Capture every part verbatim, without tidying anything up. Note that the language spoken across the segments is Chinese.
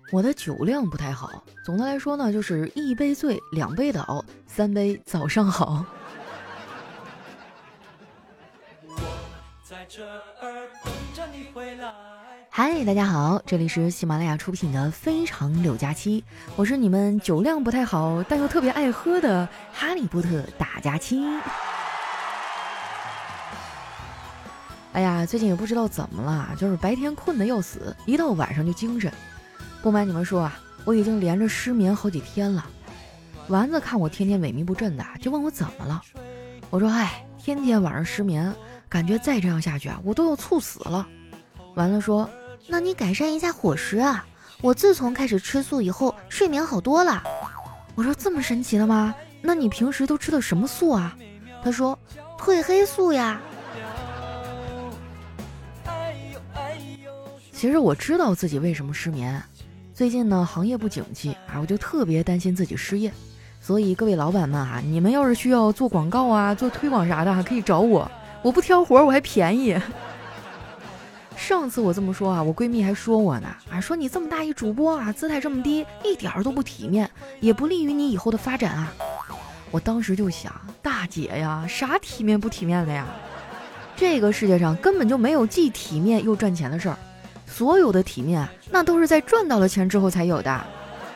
我的酒量不太好，总的来说呢，就是一杯醉，两杯倒，三杯早上好。嗨，大家好，这里是喜马拉雅出品的《非常柳佳期》，我是你们酒量不太好但又特别爱喝的哈利波特大佳期。哎呀，最近也不知道怎么了，就是白天困得要死，一到晚上就精神。不瞒你们说啊，我已经连着失眠好几天了。丸子看我天天萎靡不振的，就问我怎么了。我说唉，天天晚上失眠，感觉再这样下去啊，我都要猝死了。丸子说，那你改善一下伙食啊，我自从开始吃素以后，睡眠好多了。我说这么神奇的吗？那你平时都吃的什么素啊？他说褪黑素呀。其实我知道自己为什么失眠，最近呢行业不景气啊，我就特别担心自己失业。所以各位老板们啊，你们要是需要做广告啊、做推广啥的，可以找我，我不挑活我还便宜。上次我这么说啊，我闺蜜还说我呢，啊说你这么大一主播啊，姿态这么低，一点儿都不体面，也不利于你以后的发展啊。我当时就想，大姐呀，啥体面不体面的呀？这个世界上根本就没有既体面又赚钱的事儿。所有的体面啊，那都是在赚到了钱之后才有的。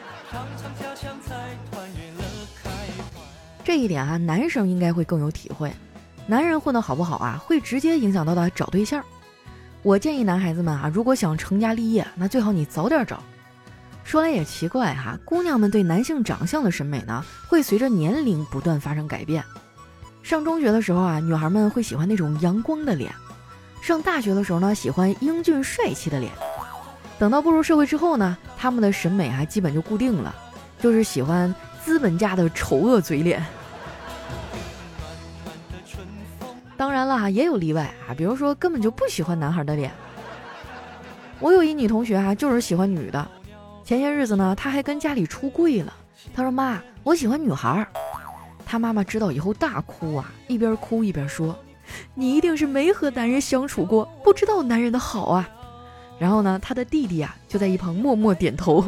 这一点啊，男生应该会更有体会。男人混得好不好啊，会直接影响到他找对象。我建议男孩子们啊，如果想成家立业，那最好你早点找。说来也奇怪哈，姑娘们对男性长相的审美呢，会随着年龄不断发生改变。上中学的时候啊，女孩们会喜欢那种阳光的脸。上大学的时候呢，喜欢英俊帅气的脸。等到步入社会之后呢，他们的审美还基本就固定了，就是喜欢资本家的丑恶嘴脸。当然了，也有例外啊，比如说根本就不喜欢男孩的脸。我有一女同学啊，就是喜欢女的。前些日子呢，她还跟家里出柜了。她说妈，我喜欢女孩。她妈妈知道以后大哭啊，一边哭一边说，你一定是没和男人相处过，不知道男人的好啊。然后呢，他的弟弟啊就在一旁默默点头。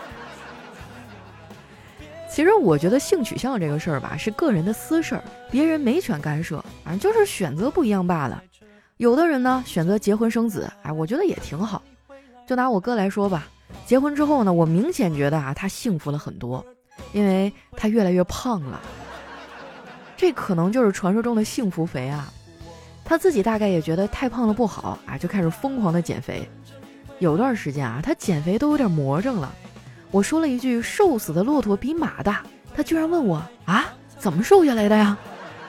其实我觉得性取向这个事儿吧，是个人的私事儿，别人没权干涉啊，就是选择不一样罢了。有的人呢选择结婚生子，哎，我觉得也挺好。就拿我哥来说吧，结婚之后呢，我明显觉得啊他幸福了很多，因为他越来越胖了。这可能就是传说中的幸福肥啊。他自己大概也觉得太胖了不好啊，就开始疯狂的减肥。有段时间啊，他减肥都有点魔怔了。我说了一句瘦死的骆驼比马大，他居然问我啊，怎么瘦下来的呀？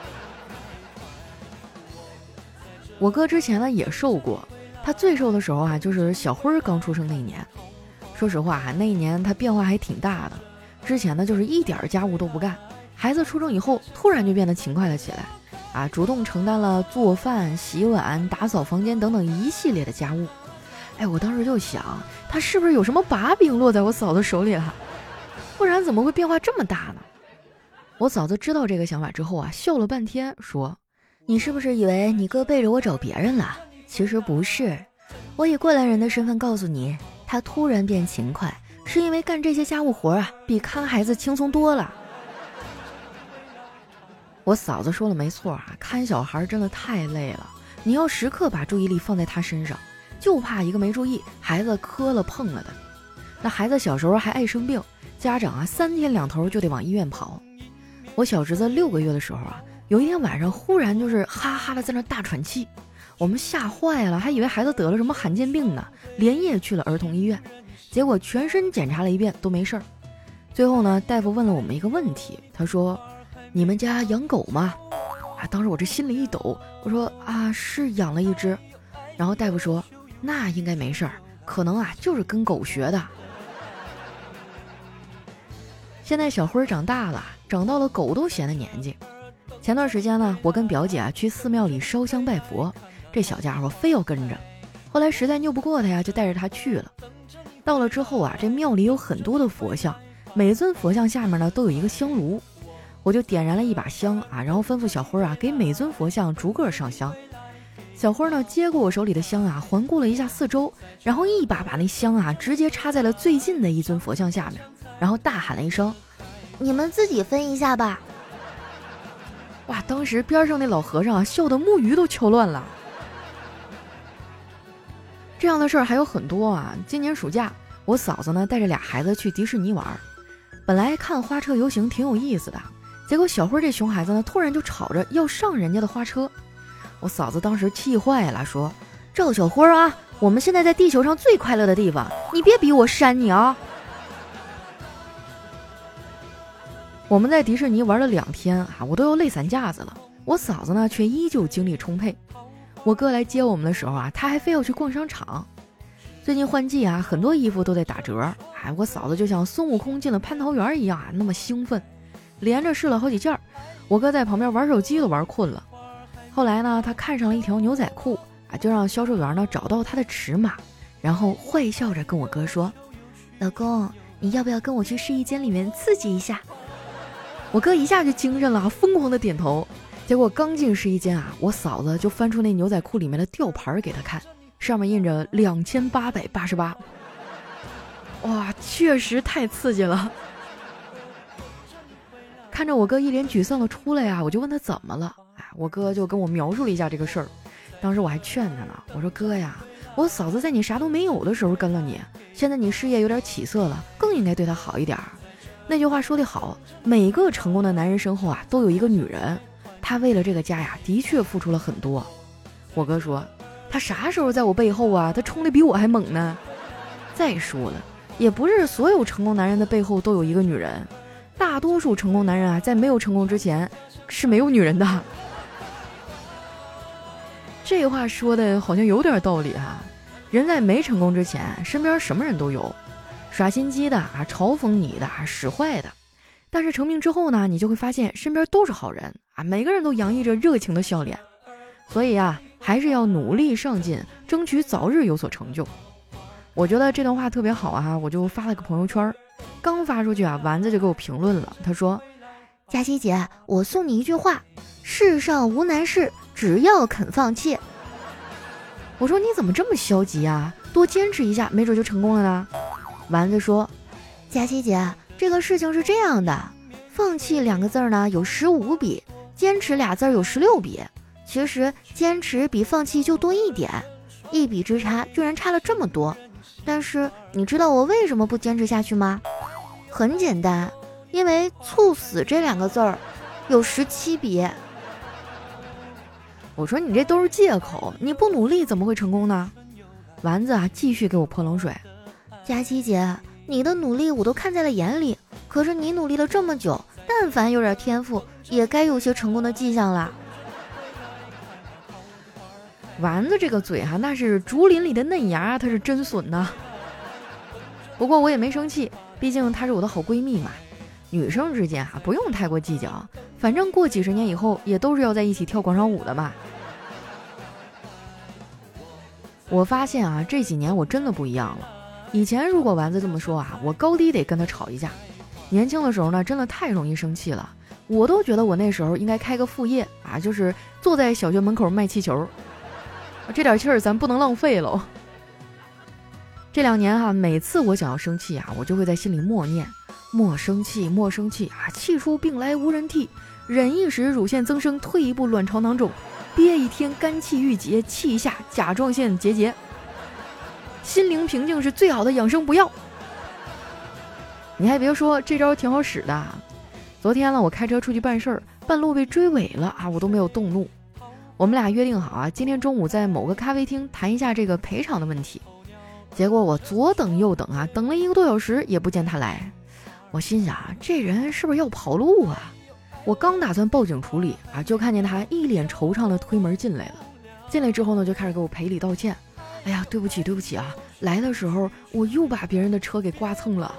我哥之前呢也瘦过，他最瘦的时候啊，就是小辉刚出生那一年。说实话啊，那一年他变化还挺大的。之前呢就是一点家务都不干，孩子出生以后突然就变得勤快了起来。啊，主动承担了做饭、洗碗、打扫房间等等一系列的家务。哎，我当时就想，他是不是有什么把柄落在我嫂子手里了？不然怎么会变化这么大呢？我嫂子知道这个想法之后啊，笑了半天，说：“你是不是以为你哥背着我找别人了？其实不是，我以过来人的身份告诉你，他突然变勤快，是因为干这些家务活啊，比看孩子轻松多了。”我嫂子说了没错啊，看小孩真的太累了，你要时刻把注意力放在他身上，就怕一个没注意，孩子磕了碰了的。那孩子小时候还爱生病，家长啊三天两头就得往医院跑。我小侄子六个月的时候啊，有一天晚上忽然就是哈哈的在那大喘气，我们吓坏了，还以为孩子得了什么罕见病呢，连夜去了儿童医院，结果全身检查了一遍都没事儿。最后呢，大夫问了我们一个问题，他说，你们家养狗吗？啊，当时我这心里一抖，我说啊，是养了一只。然后大夫说，那应该没事儿，可能啊就是跟狗学的。现在小辉长大了，长到了狗都嫌的年纪。前段时间呢，我跟表姐啊去寺庙里烧香拜佛，这小家伙非要跟着。后来实在拗不过他呀，就带着他去了。到了之后啊，这庙里有很多的佛像，每尊佛像下面呢都有一个香炉。我就点燃了一把香啊，然后吩咐小辉啊给每尊佛像逐个上香。 小辉呢接过我手里的香啊，环顾了一下四周，然后一把把那香啊直接插在了最近的一尊佛像下面，然后大喊了一声：“ 你们自己分一下吧。” 哇！当时边上那老和尚啊笑得木鱼都敲乱了。这样的事儿还有很多啊。今年暑假，我嫂子呢带着俩孩子去迪士尼玩，本来看花车游行挺有意思的，结果小辉这熊孩子呢突然就吵着要上人家的花车。我嫂子当时气坏了，说：“赵小辉啊，我们现在在地球上最快乐的地方，你别逼我扇你啊！”我们在迪士尼玩了两天啊，我都要累散架子了。我嫂子呢却依旧精力充沛。我哥来接我们的时候啊，他还非要去逛商场。最近换季啊，很多衣服都在打折，哎，我嫂子就像孙悟空进了蟠桃园一样啊，那么兴奋，连着试了好几件。我哥在旁边玩手机都玩困了。后来呢，他看上了一条牛仔裤啊，就让销售员呢找到他的尺码，然后坏笑着跟我哥说：“老公，你要不要跟我去试衣间里面刺激一下？”我哥一下就精神了，疯狂的点头。结果刚进试衣间啊，我嫂子就翻出那牛仔裤里面的吊牌给他看，上面印着两千八百八十八。哇，确实太刺激了。看着我哥一脸沮丧的出来呀、啊，我就问他怎么了。哎，我哥就跟我描述了一下这个事儿。当时我还劝他呢，我说哥呀，我嫂子在你啥都没有的时候跟了你，现在你事业有点起色了，更应该对她好一点。那句话说得好，每个成功的男人身后啊都有一个女人，他为了这个家呀的确付出了很多。我哥说，他啥时候在我背后啊，他冲得比我还猛呢。再说了，也不是所有成功男人的背后都有一个女人，大多数成功男人啊在没有成功之前是没有女人的。这话说的好像有点道理哈、啊。人在没成功之前，身边什么人都有，耍心机的啊，嘲讽你的啊，使坏的。但是成名之后呢，你就会发现身边都是好人啊，每个人都洋溢着热情的笑脸。所以啊，还是要努力上进，争取早日有所成就。我觉得这段话特别好啊，我就发了个朋友圈，刚发出去啊，丸子就给我评论了，他说：“ 佳琪姐，我送你一句话，世上无难事，只要肯放弃。” 我说你怎么这么消极啊？多坚持一下，没准就成功了呢。丸子说：“ 佳琪姐，这个事情是这样的，放弃两个字呢有十五笔，坚持俩字有十六笔。其实坚持比放弃就多一点，一笔之差居然差了这么多。但是你知道我为什么不坚持下去吗？很简单，因为猝死这两个字儿有十七笔。” 我说你这都是借口，你不努力怎么会成功呢？丸子啊，继续给我泼冷水。 佳琪姐，你的努力我都看在了眼里，可是你努力了这么久，但凡有点天赋，也该有些成功的迹象啦。 丸子这个嘴哈、啊，那是竹林里的嫩芽，它是真损呐。不过我也没生气，毕竟她是我的好闺蜜嘛。女生之间啊，不用太过计较，反正过几十年以后也都是要在一起跳广场舞的嘛。我发现啊，这几年我真的不一样了。以前如果丸子这么说啊，我高低得跟他吵一架。年轻的时候呢，真的太容易生气了，我都觉得我那时候应该开个副业啊，就是坐在小学门口卖气球。这点气儿咱不能浪费喽。这两年哈、啊，每次我想要生气啊，我就会在心里默念：莫生气，莫生气啊！气出病来无人替，忍一时乳腺增生，退一步卵巢囊肿，憋一天肝气郁结，气一下甲状腺结节。心灵平静是最好的养生补药。你还别说，这招挺好使的。昨天呢，我开车出去办事儿，半路被追尾了啊，我都没有动怒。我们俩约定好啊，今天中午在某个咖啡厅谈一下这个赔偿的问题。结果我左等右等啊，等了一个多小时也不见他来。我心想，这人是不是要跑路啊？我刚打算报警处理啊，就看见他一脸惆怅的推门进来了。进来之后呢，就开始给我赔礼道歉。哎呀，对不起对不起啊，来的时候我又把别人的车给刮蹭了。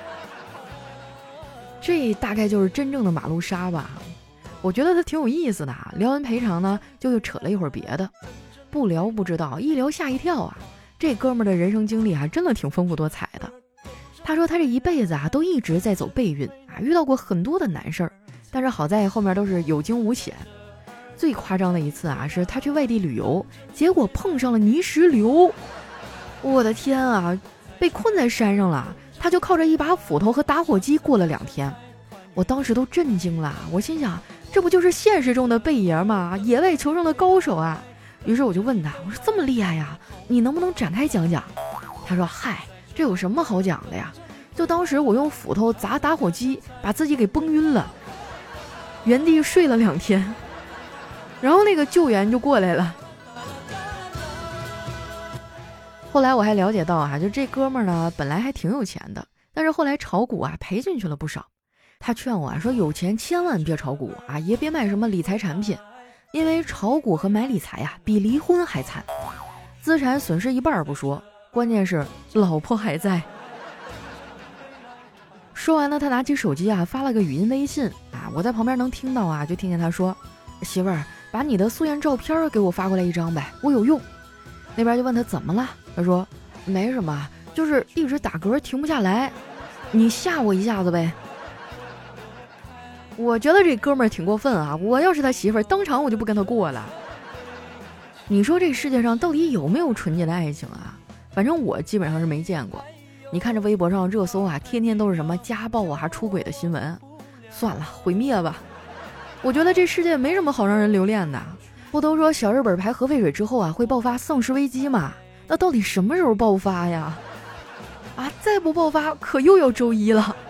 这大概就是真正的马路杀吧。我觉得他挺有意思的啊。聊完赔偿呢，就又扯了一会儿别的，不聊不知道，一聊吓一跳啊。这哥们儿的人生经历啊，真的挺丰富多彩的。他说他这一辈子啊，都一直在走背运啊，遇到过很多的难事儿，但是好在后面都是有惊无险。 最夸张的一次啊，是他去外地旅游，结果碰上了泥石流。我的天啊，被困在山上了，他就靠着一把斧头和打火机过了两天。我当时都震惊了，我心想，这不就是现实中的贝爷吗？野外求生的高手啊！于是我就问他，我说这么厉害呀，你能不能展开讲讲？他说，嗨，这有什么好讲的呀？就当时我用斧头砸打火机，把自己给崩晕了，原地睡了两天，然后那个救援就过来了。后来我还了解到啊，就这哥们儿呢，本来还挺有钱的，但是后来炒股啊赔进去了不少。他劝我啊，说有钱千万别炒股啊，也别买什么理财产品，因为炒股和买理财呀、啊、比离婚还惨，资产损失一半不说，关键是老婆还在。说完呢，他拿起手机啊发了个语音微信啊，我在旁边能听到啊，就听见他说，媳妇儿，把你的素颜照片给我发过来一张呗，我有用。那边就问他怎么了，他说没什么，就是一直打嗝停不下来，你吓我一下子呗。我觉得这哥们儿挺过分啊，我要是他媳妇儿，当场我就不跟他过了。你说这世界上到底有没有纯洁的爱情啊？反正我基本上是没见过。你看这微博上热搜啊，天天都是什么家暴啊、出轨的新闻，算了，毁灭吧。我觉得这世界没什么好让人留恋的。不都说小日本排核废水之后啊会爆发丧尸危机吗？那到底什么时候爆发呀？啊，再不爆发可又要周一了。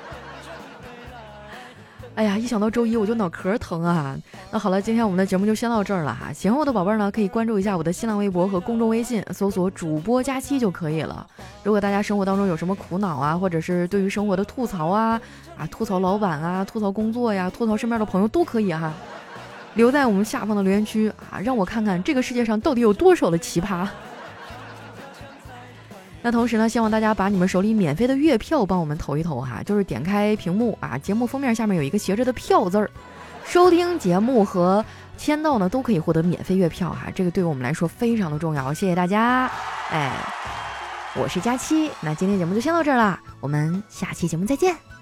哎呀，一想到周一我就脑壳疼啊！那好了，今天我们的节目就先到这儿了哈。喜欢我的宝贝儿呢，可以关注一下我的新浪微博和公众微信，搜索主播佳期就可以了。如果大家生活当中有什么苦恼啊，或者是对于生活的吐槽啊，啊，吐槽老板啊，吐槽工作呀，吐槽身边的朋友都可以哈，留在我们下方的留言区啊，让我看看这个世界上到底有多少的奇葩。那同时呢，希望大家把你们手里免费的月票帮我们投一投哈，就是点开屏幕啊，节目封面下面有一个斜着的票字儿，收听节目和签到呢都可以获得免费月票哈，这个对于我们来说非常的重要，谢谢大家。哎，我是佳期，那今天节目就先到这儿了，我们下期节目再见。